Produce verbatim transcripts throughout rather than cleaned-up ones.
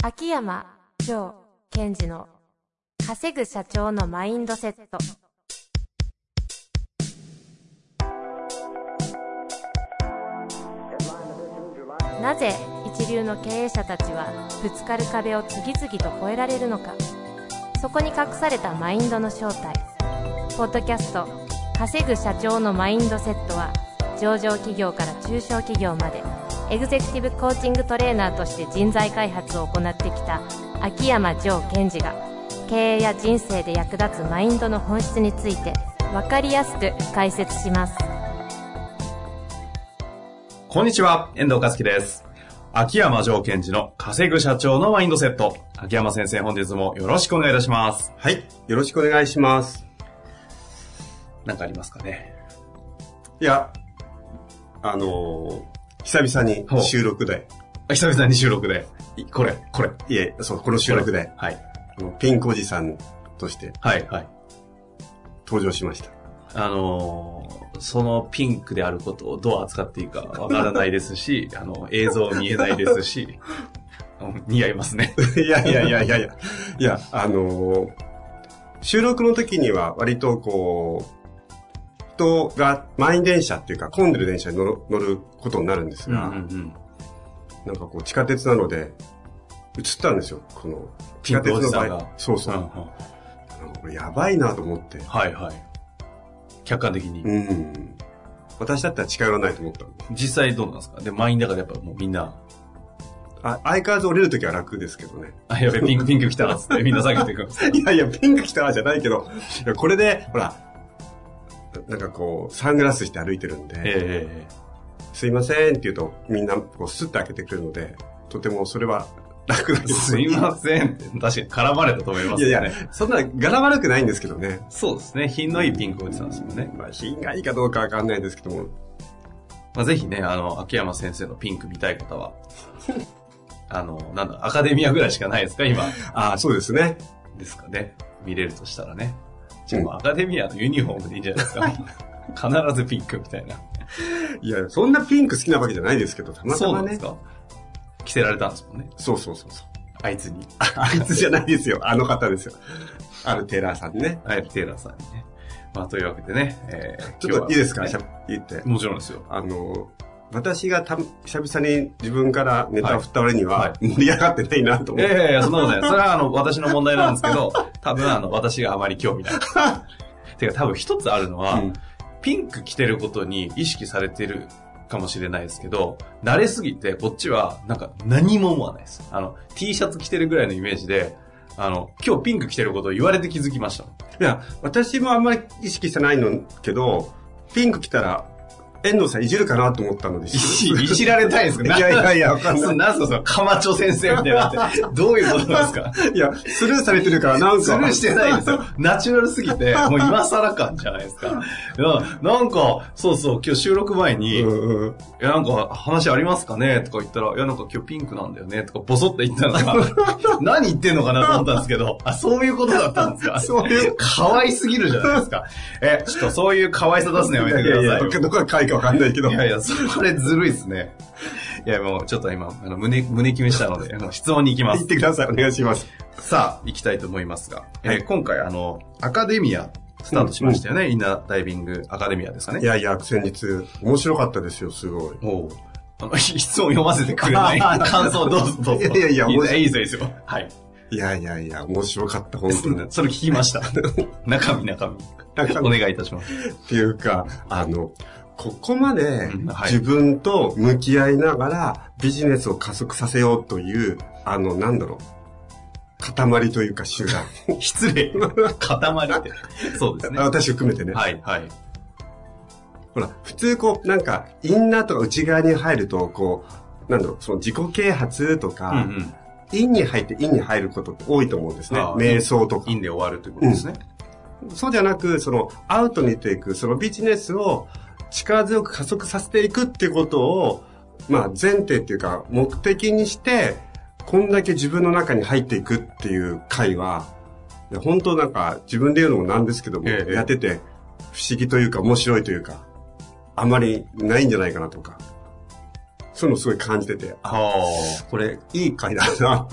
秋山城賢治の稼ぐ社長のマインドセット。なぜ一流の経営者たちはぶつかる壁を次々と越えられるのか。そこに隠されたマインドの正体。ポッドキャスト稼ぐ社長のマインドセットは、上場企業から中小企業までエグゼクティブコーチングトレーナーとして人材開発を行ってきた秋山城賢治が、経営や人生で役立つマインドの本質について分かりやすく解説します。 こんにちは、遠藤和樹です。秋山城賢治の稼ぐ社長のマインドセット。秋山先生、本日もよろしくお願いいたします。 はい、よろしくお願いします。 何かありますかね。 いや、あのー、久々に収録で。 久々に収録で。これ、これ。 いえ、そう、この収録で。 はい。 ピンクおじさんとして。 はい、はい。 登場しました。 あのー、そのピンクであることをどう扱っていいかわからないですし、あの、映像見えないですし、似合いますね。 いやいやいやいやいや。いや、あのー、収録の時には割とこう、人が満員電車っていうか混んでる電車に乗る、乗ることになるんですが、うんうんうん、なんかこう地下鉄なので映ったんですよ、この地下鉄の場合。そうそう、うんうん、これやばいなと思って。 はいはい。客観的に。 うん。私だったら近寄らないと思った。 実際どうなんですか。で満員だからやっぱもうみんな。 あ、相変わらず降りるときは楽ですけどね。 あ、やべ、ピンクピンク来たらっつってみんな下げていくんですか。 いやいや、ピンク来たらじゃないけど、いやこれでほら。なんかこう、サングラスして歩いてるんで、えー、すいませんって言うと、みんなこうスッと開けてくるので、とてもそれは楽なんです。 すいませんって、確かに絡まれたと思いますね。 いやいや、そんな柄悪くないんですけどね。 そうですね。品のいいピンクおじさんですもんね。 まあ、品がいいかどうかわかんないですけども。 まあ、ぜひね、あの、秋山先生のピンク見たい方は、あの、なんだ、アカデミアぐらいしかないですか、今。 ああ、そうですね。 ですかね。見れるとしたらね。でもアカデミアのユニフォームでいいんじゃないですか。必ずピンクみたいな。 いや、そんなピンク好きなわけじゃないですけど、たまたまね。そうですか。 着せられたんですもんね。 そうそうそうそう。 あいつに。 あいつじゃないですよ。あの方ですよ。あるテーラーさんね。 あるテーラーさんにね。まあ、というわけでね。えー、ちょっといいですか、ね、言って。 もちろんですよ。 あの、私がた久々に自分からネタを振った割には盛り上がってないなと思って。 いやいや、そんなことない。それはあの、私の問題なんですけど、多分あの、私があまり興味ない。てか多分一つあるのは、うん、ピンク着てることに意識されてるかもしれないですけど、慣れすぎてこっちはなんか何も思わないです。あの、T シャツ着てるぐらいのイメージで、あの、今日ピンク着てることを言われて気づきました。いや、私もあんまり意識してないのけど、ピンク着たら、遠藤さんいじるかなと思ったので。いじられたいんですか。 いやいやいや、わかんない。 なんすかその、かまちょ先生みたいなって。どういうことなんですか。 いや、スルーされてるからなんか。 スルーしてないんですよ。ナチュラルすぎて、もう今更感じゃないですか。いや、なんか、そうそう、今日収録前に、うんうん、いや、なんか話ありますかねとか言ったら、いや、なんか今日ピンクなんだよねとかボソって言ったのが、何言ってんのかなと思ったんですけど、あ、そういうことだったんですか。そういう。可愛すぎるじゃないですか。え、ちょっとそういう可愛さ出すのやめてくださいよ。いやいやどこが可愛いかわかんないけど。 いやいや、それずるいですね。いや、もうちょっと今、あの胸、胸決めしたので、質問に行きます。 言ってください。お願いします。 さあ、行きたいと思いますが、はい、えー、今回、あの、アカデミア、スタートしましたよね、うんうん。インナーダイビングアカデミアですかね。 いやいや、先日、面白かったですよ、すごい。 おう。あの、質問読ませてくれない感想どうぞどうぞ。 いやいやいや、面白い。いいですよ、いいですよ。はい。 いやいやいや、面白かった、本当に。 それ聞きました。中身、中身。お願いいたします。 っていうか、あの、ここまで自分と向き合いながらビジネスを加速させようという、あの、なんだろう、塊というか集団。 失礼。塊って。そうですね。 私含めてね。 はい、はい。 ほら、普通こう、なんか、インナーとか内側に入ると、こう、なんだろう、その自己啓発とか、うんうん陰に入って陰に入ることって多いと思うんですね。瞑想とか。 陰で終わるということですね。 うん、そうじゃなく、そのアウトに出ていく、そのビジネスを力強く加速させていくっていうことを、まあ前提っていうか目的にして、こんだけ自分の中に入っていくっていう回は、本当なんか自分で言うのもなんですけども、ええ、やってて不思議というか面白いというか、あまりないんじゃないかなとか。そういうのすごい感じてて、ああ、これいい回だなって。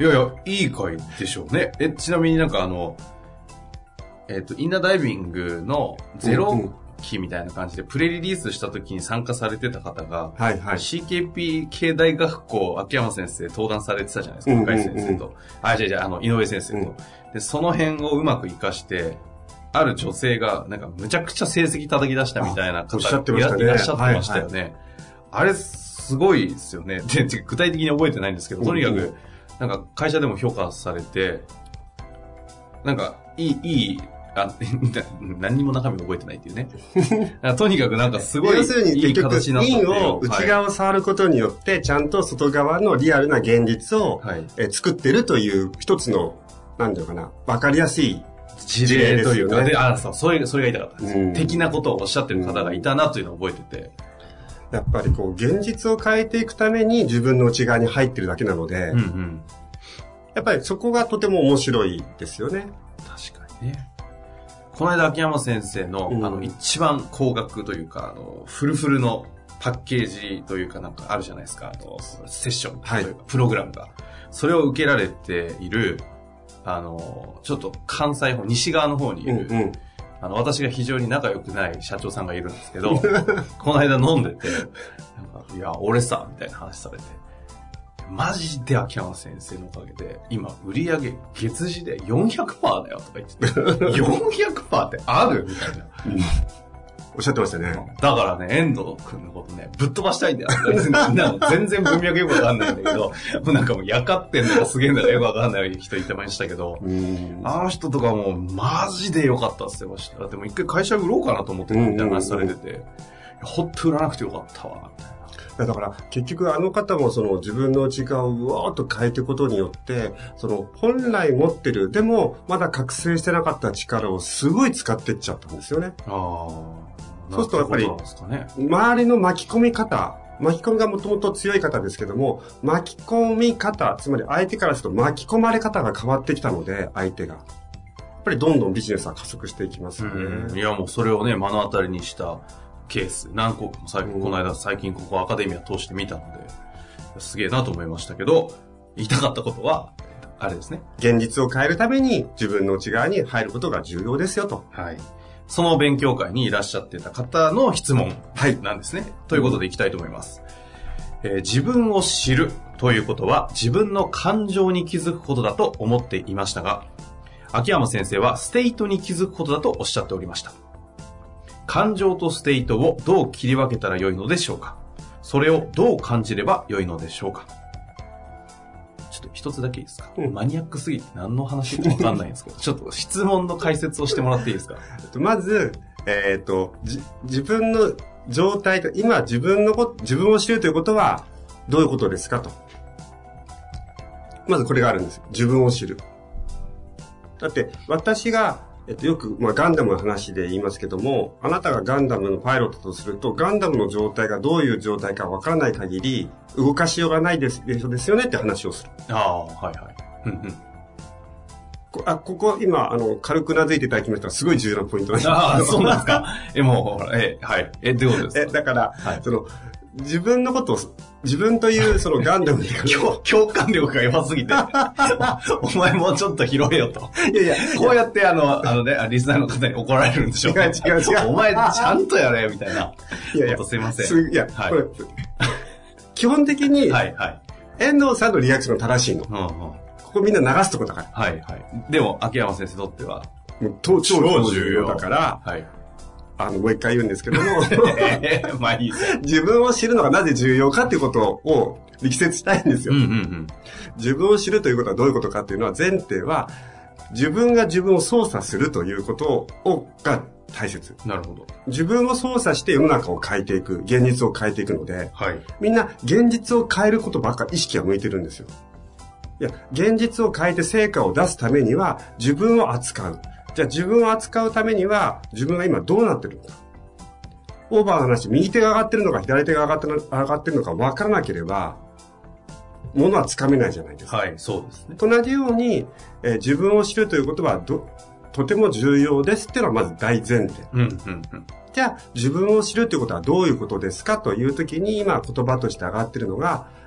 いやいや、いい回でしょうね。え、ちなみになんかあの、えっと、インナーダイビングのゼロ期みたいな感じでプレリリースした時に参加されてた方が、 はいはい、 シーケーピー 経大学校秋山先生登壇されてたじゃないですか、深井先生と。あ、じゃあじゃあ、あの、井上先生と、うん。で、その辺をうまく活かして、ある女性が、なんか、むちゃくちゃ成績叩き出したみたいな方がいらっしゃってましたよね。はいはい、あれ、すごいですよね。で、具体的に覚えてないんですけど、とにかく、なんか、会社でも評価されて、なんか、いい、いい、あ、何にも中身覚えてないっていうね。とにかくなんかすごいいい形になったっていう。 インを内側を触ることによって、ちゃんと外側のリアルな現実を、はい、え作ってるという一つの、なんていうかな、わかりやすい事例というか、で、あ、そう、それ、それが言いたかったんです、うん。的なことをおっしゃってる方がいたなというのを覚えてて。 やっぱりこう、現実を変えていくために自分の内側に入ってるだけなので、うんうん、やっぱりそこがとても面白いですよね。 確かにね。この間秋山先生の、うん、あの一番高額というかあのフルフルのパッケージというかなんかあるじゃないですか、あのセッションというか、はい、プログラムがそれを受けられているあのちょっと関西方西側の方にいる、うんうん、あの私が非常に仲良くない社長さんがいるんですけどこの間飲んでてなんかいや俺さみたいな話されて、マジで秋山先生のおかげで、今、売り上げ月次で よんひゃくパーセント だよとか言ってて、よんひゃくパーセント ってあるみたいな、うん。 おっしゃってましたね。 だからね、遠藤くんのことね、ぶっ飛ばしたいんだよ。全然文脈よくわかんないんだけど、もうなんかもう、やかってんのかすげえんだかよくわかんない人いてましたけど、あの人とかもマジで良かったって言ってました。でも一回会社売ろうかなと思ってたみたいな話されてて、ほっと売らなくてよかったわ、みたいな。 だから結局あの方もその自分の内側をうわーっと変えていくことによってその本来持ってるでもまだ覚醒してなかった力をすごい使っていっちゃったんですよね。あそうするとやっぱり周りの巻き込み方巻き込みがもともと強い方ですけども巻き込み方つまり相手からすると巻き込まれ方が変わってきたので相手がやっぱりどんどんビジネスは加速していきますよね。 うんいやもうそれをね目の当たりにしたケース何個かも最近、うん、この間最近ここアカデミア通してみたのですげえなと思いましたけど言いたかったことはあれですね現実を変えるために自分の内側に入ることが重要ですよと、 はい、その勉強会にいらっしゃってた方の質問なんですね、はい、ということでいきたいと思います、えー、自分を知るということは自分の感情に気づくことだと思っていましたが秋山先生はステートに気づくことだとおっしゃっておりました。感情とステートをどう切り分けたらよいのでしょうか。それをどう感じればよいのでしょうか。ちょっと一つだけいいですか、うん、マニアックすぎて何の話か分かんないんですけどちょっと質問の解説をしてもらっていいですか。 まず、えっと、自分の状態と今自分のこ自分を知るということはどういうことですかと。まずこれがあるんです。自分を知る。だって私がえっと、よく、まあ、ガンダムの話で言いますけども、あなたがガンダムのパイロットとすると、ガンダムの状態がどういう状態かわからない限り、動かしようがないですですよねって話をする。 ああ、はいはい。うんうん。 こあここ、今、あの、軽くなずいていただきましたら、すごい重要なポイントなんです。 ああ、そうなんですか。え、もう、え、はい。え、どういうことですか。 え、だから、はい、その、自分のことを、自分というそのガンダムに共, 共感力が弱すぎてお前もうちょっと拾えよと。いやいや、こうやってあの、あのね、リスナーの方に怒られるんでしょう。 違う違う違う。 お前ちゃんとやれみたいな。いやいや、すいません。 いや、はい、これ基本的に、 はいはい。 遠藤さんのリアクション正しいの。うんうん、ここみんな流すとこだから。 はいはい。でも、秋山先生にとっては、 もう超重要だから、はい。あの、もう一回言うんですけども、 まあいいです。 自分を知るのがなぜ重要かっていうことを力説したいんですよ、うんうんうん。自分を知るということはどういうことかっていうのは前提は、自分が自分を操作するということをが大切。 なるほど。 自分を操作して世の中を変えていく、現実を変えていくので、 はい、 みんな現実を変えることばっかり意識が向いてるんですよ。いや、現実を変えて成果を出すためには自分を扱う。じゃあ自分を扱うためには自分が今どうなってるのか。オーバーの話、右手が上がってるのか左手が上がってる上がってるのか分からなければ、ものはつかめないじゃないですか。 はい、そうですね。 と同じように、えー、自分を知るということはどとても重要ですっていうのはまず大前提。うんうんうん、じゃあ自分を知るということはどういうことですかというときに今言葉として上がってるのが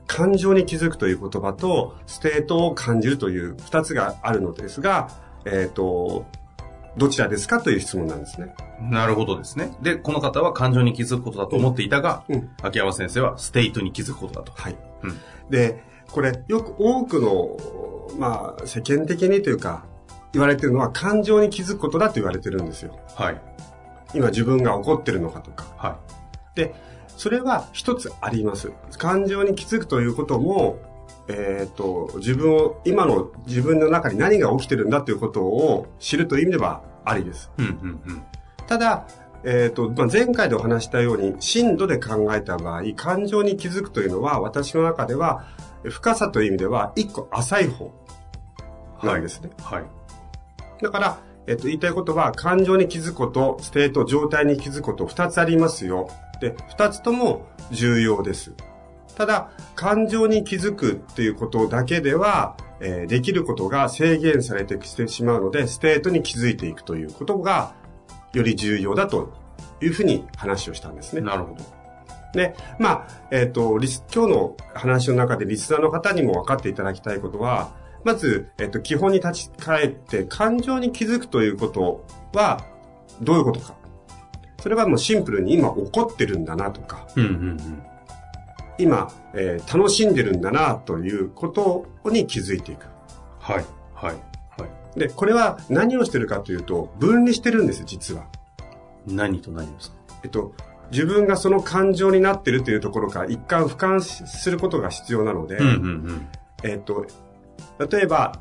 感情に気づくという言葉と、ステートを感じるという二つがあるのですが、えっと、どちらですかという質問なんですね。 なるほどですね。で、この方は感情に気づくことだと思っていたが、うん、秋山先生はステートに気づくことだと。 はい。うん、で、これ、よく多くの、まあ、世間的にというか、言われているのは感情に気づくことだと言われてるんですよ。 はい。 今自分が怒ってるのかとか。 はい。 で、それは一つあります。感情に気づくということも、えっと、自分を、今の自分の中に何が起きてるんだということを知るという意味ではありです。 うんうんうん、 ただ、えっと、まあ、前回でお話したように、深度で考えた場合、感情に気づくというのは、私の中では、深さという意味では、一個浅い方なんですね。 はい。はい、 だから、えっと、言いたいことは、感情に気づくこと、ステート、状態に気づくこと、二つありますよ。で、二つとも重要です。ただ、感情に気づくっていうことだけでは、えー、できることが制限されてきてしまうので、ステートに気づいていくということが、より重要だというふうに話をしたんですね。 なるほど。 で、まあ、えっと、リス、今日の話の中でリスナーの方にも分かっていただきたいことは、まず、えっと、基本に立ち返って、感情に気づくということは、どういうことか。それはもうシンプルに今怒ってるんだなとか、 うんうんうん、 今、えー、楽しんでるんだなということに気づいていく。 はい、はい、はい。 で、これは何をしてるかというと、分離してるんです、実は。 何と何ですか？ えっと、自分がその感情になってるというところから一貫俯瞰することが必要なので、 うんうんうん、 えっと、例えば、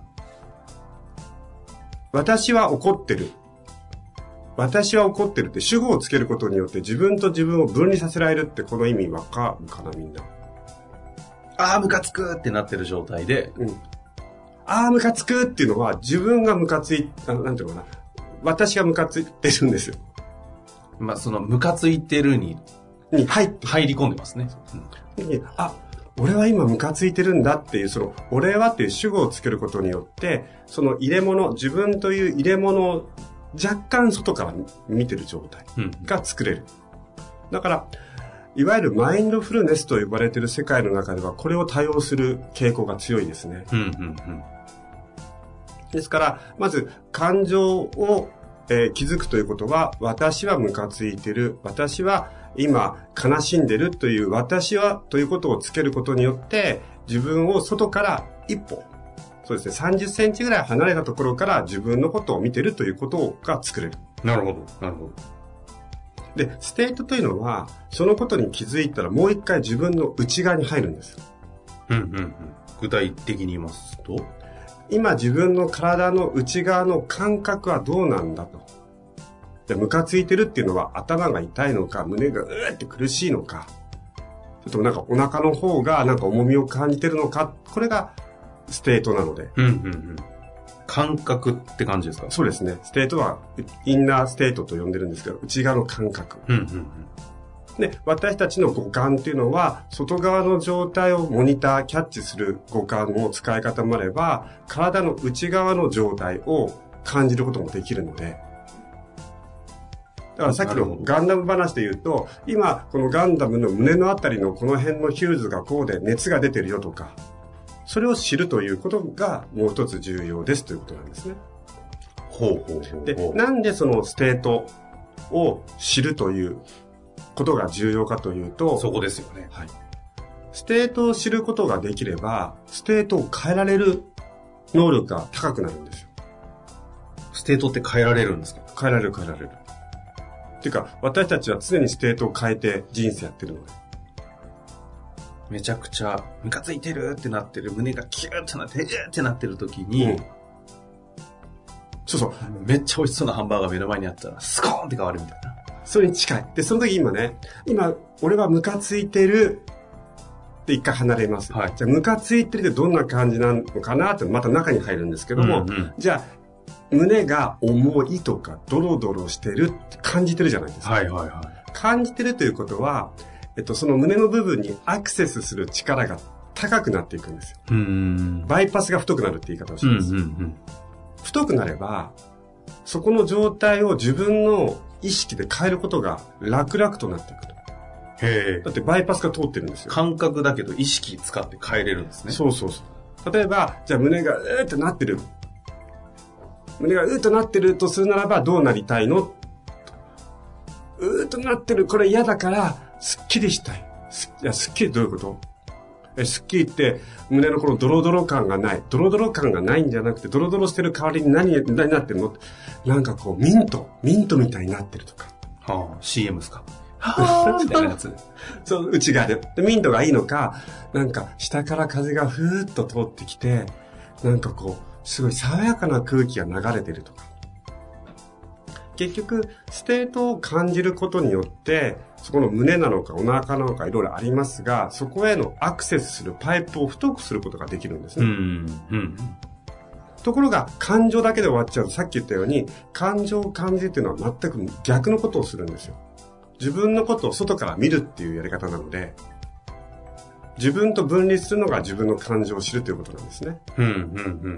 私は怒ってる。私は怒ってるって主語をつけることによって自分と自分を分離させられるって、この意味わかるかな、みんな。 ああ、ムカつくってなってる状態で。 うん。ああ、ムカつくっていうのは自分がムカつい、あなんていうのかな。私がムカついてるんですよ。 まあ、そのムカついてるに、 に入って。 入り込んでますね。 うん、あ、俺は今ムカついてるんだっていう、その、俺はっていう主語をつけることによって、その入れ物、自分という入れ物を若干外から見てる状態が作れる。うん、だから、いわゆるマインドフルネスと呼ばれている世界の中では、これを多用する傾向が強いですね。 うんうんうん、 ですから、まず、感情を、えー、気づくということは、私はムカついてる、私は今悲しんでるという、私はということをつけることによって、自分を外から一歩、そうですね、さんじゅっセンチぐらい離れたところから自分のことを見てるということが作れる。 なるほど、なるほど。 で、ステートというのは、そのことに気づいたらもう一回自分の内側に入るんです。 うんうんうん。具体的に言いますと、 今自分の体の内側の感覚はどうなんだと。で、ムカついてるっていうのは頭が痛いのか、胸がうーって苦しいのか、それともなんかお腹の方がなんか重みを感じてるのか、これがステートなので。 うんうんうん。感覚って感じですか？ そうですね。ステートはインナーステートと呼んでるんですけど、内側の感覚。 うんうんうん。 で、私たちの五感っていうのは、外側の状態をモニター、キャッチする五感の使い方もあれば、体の内側の状態を感じることもできるので、だからさっきのガンダム話で言うと、今、このガンダムの胸のあたりのこの辺のヒューズがこうで熱が出てるよとか、それを知るということがもう一つ重要ですということなんですね。 ほうほうほうほう。 で、なんでそのステートを知るということが重要かというと、 そこですよね。 はい。ステートを知ることができれば、ステートを変えられる能力が高くなるんですよ。 ステートって変えられるんですか？ 変えられる変えられる。っていうか、私たちは常にステートを変えて人生やってるので。 めちゃくちゃムカついてるってなってる、胸がキューってなって、うーってなってる時に、うん、そうそう。 めっちゃ美味しそうなハンバーガー目の前にあったら、スコーンって変わるみたいな。 それに近い。で、その時今ね、今、俺はムカついてるって一回離れます。 はい。 じゃあ、ムカついてるってどんな感じなのかなってまた中に入るんですけども、うんうん、じゃあ、胸が重いとかドロドロしてるって感じてるじゃないですか。 はいはいはい。 感じてるということは、えっと、その胸の部分にアクセスする力が高くなっていくんですよ。 うーん。 バイパスが太くなるって言い方をします。うんうんうん、太くなれば、そこの状態を自分の意識で変えることが楽々となっていくと。 へえ。 だってバイパスが通ってるんですよ。 感覚だけど意識使って変えれるんですね。 そうそうそう。例えば、じゃあ胸がうーっとなってる。胸がうーっとなってるとするならばどうなりたいの？うーっとなってる。これ嫌だから、すっきりしたい。すいや、すっきりどういうこと？え、すっきりって胸のこのドロドロ感がない。ドロドロ感がないんじゃなくて、ドロドロしてる代わりに何、何になってるの？なんかこう、ミント。ミントみたいになってるとか。 はあ、シーエム ですか。はぁーみたいなやつ。 そう、内側で。で、ミントがいいのか、なんか下から風がふーっと通ってきて、なんかこう、すごい爽やかな空気が流れてるとか。結局、ステートを感じることによって、そこの胸なのかお腹なのかいろいろありますが、そこへのアクセスするパイプを太くすることができるんですね。 うん。うん。 ところが、感情だけで終わっちゃうと、さっき言ったように、感情を感じるっていうのは全く逆のことをするんですよ。自分のことを外から見るっていうやり方なので、自分と分離するのが自分の感情を知るということなんですね。 うん。うん。うん。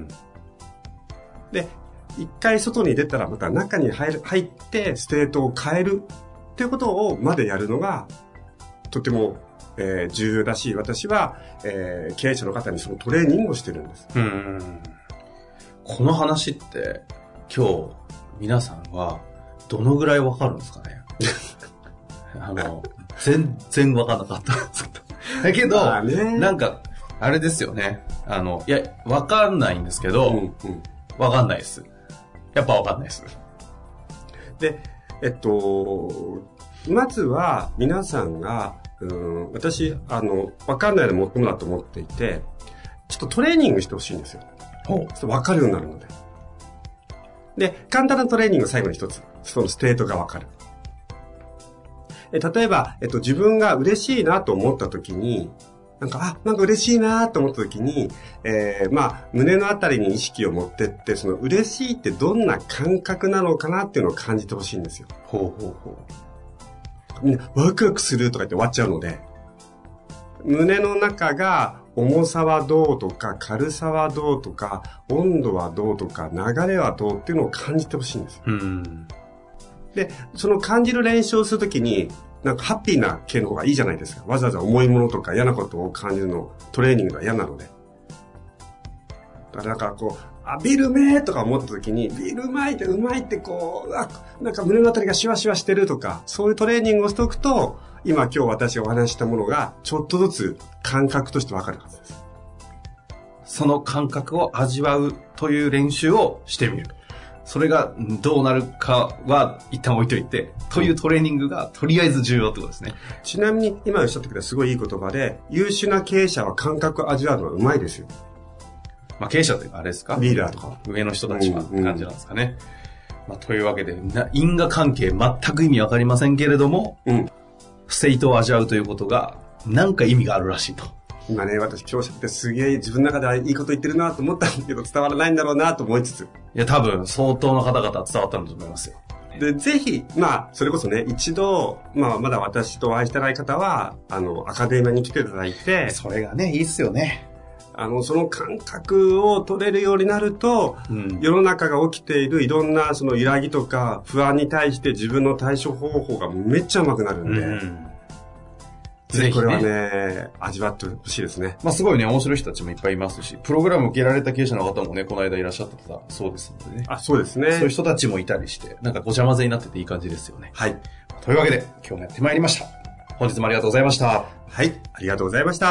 で、一回外に出たらまた中に入る、入ってステートを変えるっていうことをまでやるのがとても、えー、重要だし、私は、えー、経営者の方にそのトレーニングをしてるんです。 うん。この話って今日皆さんはどのぐらいわかるんですかねあの、全然わかんなかったんですけど。だけど、まあね、なんか、あれですよね。あの、いや、わかんないんですけど、うんうん、わかんないです。やっぱわかんないです。 で、えっと、まずは皆さんが、うん、私、あの、わかんないのもっともだと思っていて、ちょっとトレーニングしてほしいんですよ。ちょっとわかるようになるので。で、簡単なトレーニング最後に一つ。そのステートがわかる。え、例えば、えっと、自分が嬉しいなと思った時に、なんか、あ、なんか嬉しいなと思った時に、えー、まあ、胸のあたりに意識を持ってって、その嬉しいってどんな感覚なのかなっていうのを感じてほしいんですよ。 ほうほうほう。みんな、ワクワクするとか言って終わっちゃうので、胸の中が重さはどうとか、軽さはどうとか、温度はどうとか、流れはどうっていうのを感じてほしいんですよ。 うん。 で、その感じる練習をするときに、なんかハッピーな系の方がいいじゃないですか。わざわざ重いものとか嫌なことを感じるの、トレーニングが嫌なので。だからなんかこう、あ、ビールうめーとか思ったときに、ビールうまいってうまいってこう、あ、なんか胸のあたりがシワシワしてるとか、そういうトレーニングをしておくと、今今日私がお話したものが、ちょっとずつ感覚としてわかるはずです。 その感覚を味わうという練習をしてみる。それがどうなるかは一旦置いといて、というトレーニングがとりあえず重要ってことですね。 ちなみに今おっしゃってくれたすごいいい言葉で、優秀な経営者は感覚を味わうのはうまいですよ。 まあ経営者というかあれですか？ リーダーとか。 上の人たちはって感じなんですかね。うんうん、まあ、というわけで、因果関係全く意味わかりませんけれども、うん、ステートを味わうということが何か意味があるらしいと。 今ね、私今日喋ってすげえ自分の中ではいいこと言ってるなと思ったんだけど伝わらないんだろうなと思いつつ。いや、多分相当な方々は伝わったんだと思いますよ。 で、ぜひ、まあ、それこそね、一度、まあ、まだ私とお会いしてない方は、あの、アカデミアに来ていただいて。 それがね、いいっすよね。 あの、その感覚を取れるようになると、うん、世の中が起きているいろんなその揺らぎとか不安に対して自分の対処方法がめっちゃ上手くなるんで、うんぜひこれはね、ね味わってほしいですね。 まあすごいね、面白い人たちもいっぱいいますし、プログラム受けられた経営者の方もね、この間いらっしゃってたそうですのでね。 あ、そうですね。 そういう人たちもいたりして、なんかごちゃ混ぜになってていい感じですよね。 はい。 というわけで、今日もやってまいりました。本日もありがとうございました。 はい、ありがとうございました。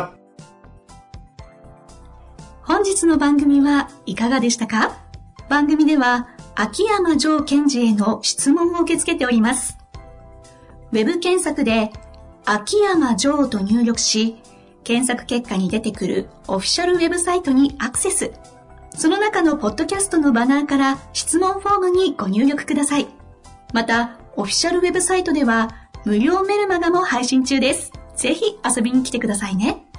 本日の番組はいかがでしたか？番組では、秋山城賢治への質問を受け付けております。ウェブ検索で、秋山城と入力し、検索結果に出てくるオフィシャルウェブサイトにアクセス。その中のポッドキャストのバナーから質問フォームにご入力ください。また、オフィシャルウェブサイトでは無料メルマガも配信中です。ぜひ遊びに来てくださいね。